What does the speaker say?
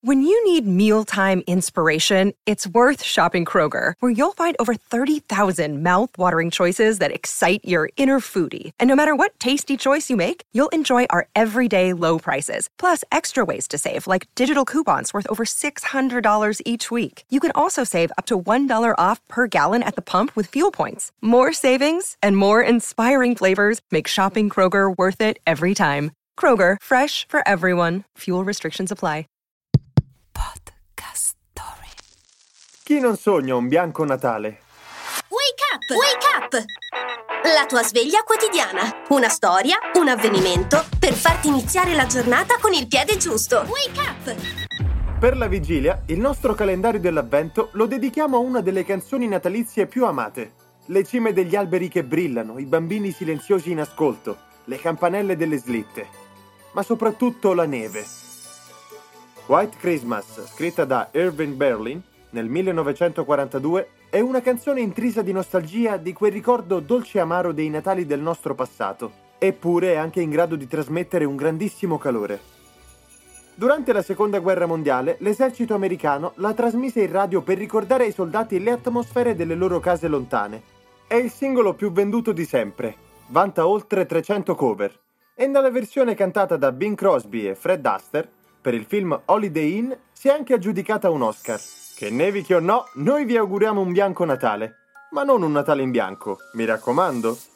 When you need mealtime inspiration, it's worth shopping Kroger, where you'll find over 30,000 mouth-watering choices that excite your inner foodie. And no matter what tasty choice you make, you'll enjoy our everyday low prices, plus extra ways to save, like digital coupons worth over $600 each week. You can also save up to $1 off per gallon at the pump with fuel points. More savings and more inspiring flavors make shopping Kroger worth it every time. Kroger, fresh for everyone. Fuel restrictions apply. Podcast Story. Chi non sogna un bianco Natale? Wake up! Wake up! La tua sveglia quotidiana. Una storia, un avvenimento per farti iniziare la giornata con il piede giusto. Wake up! Per la vigilia, il nostro calendario dell'avvento lo dedichiamo a una delle canzoni natalizie più amate. Le cime degli alberi che brillano, i bambini silenziosi in ascolto, le campanelle delle slitte, ma soprattutto la neve. White Christmas, scritta da Irving Berlin nel 1942, è una canzone intrisa di nostalgia di quel ricordo dolce e amaro dei Natali del nostro passato, eppure è anche in grado di trasmettere un grandissimo calore. Durante la Seconda Guerra Mondiale, l'esercito americano la trasmise in radio per ricordare ai soldati le atmosfere delle loro case lontane. È il singolo più venduto di sempre, vanta oltre 300 cover, e nella versione cantata da Bing Crosby e Fred Astaire, per il film Holiday Inn, si è anche aggiudicata un Oscar. Che nevichi o no, noi vi auguriamo un bianco Natale. Ma non un Natale in bianco, mi raccomando.